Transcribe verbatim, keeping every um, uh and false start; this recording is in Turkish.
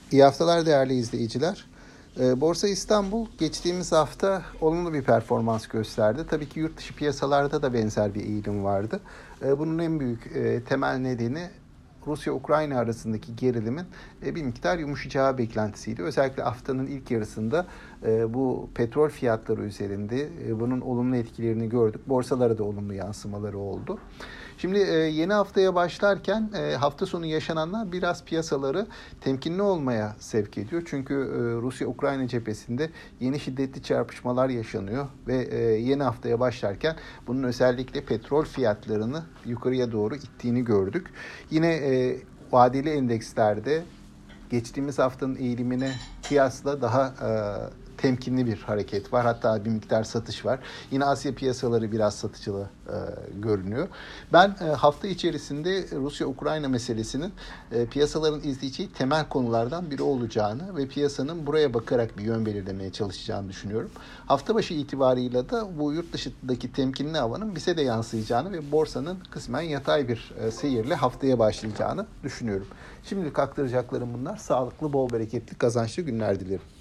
İyi haftalar değerli izleyiciler. Borsa İstanbul geçtiğimiz hafta olumlu bir performans gösterdi. Tabii ki yurt dışı piyasalarda da benzer bir eğilim vardı. Bunun en büyük temel nedeni Rusya-Ukrayna arasındaki gerilimin bir miktar yumuşayacağı beklentisiydi. Özellikle haftanın ilk yarısında bu petrol fiyatları üzerinde bunun olumlu etkilerini gördük. Borsalara da olumlu yansımaları oldu. Şimdi yeni haftaya başlarken hafta sonu yaşananlar biraz piyasaları temkinli olmaya sevk ediyor. Çünkü Rusya-Ukrayna cephesinde yeni şiddetli çarpışmalar yaşanıyor ve yeni haftaya başlarken bunun özellikle petrol fiyatlarını yukarıya doğru ittiğini gördük. Yine vadeli endekslerde geçtiğimiz haftanın eğilimine kıyasla daha temkinli bir hareket var. Hatta bir miktar satış var. Yine Asya piyasaları biraz satıcılı e, görünüyor. Ben e, hafta içerisinde Rusya-Ukrayna meselesinin e, piyasaların izleyeceği temel konulardan biri olacağını ve piyasanın buraya bakarak bir yön belirlemeye çalışacağını düşünüyorum. Hafta başı itibarıyla da bu yurt dışındaki temkinli havanın bize de yansıyacağını ve borsanın kısmen yatay bir e, seyirle haftaya başlayacağını düşünüyorum. Şimdilik aktaracaklarım bunlar. Sağlıklı, bol bereketli, kazançlı günler dilerim.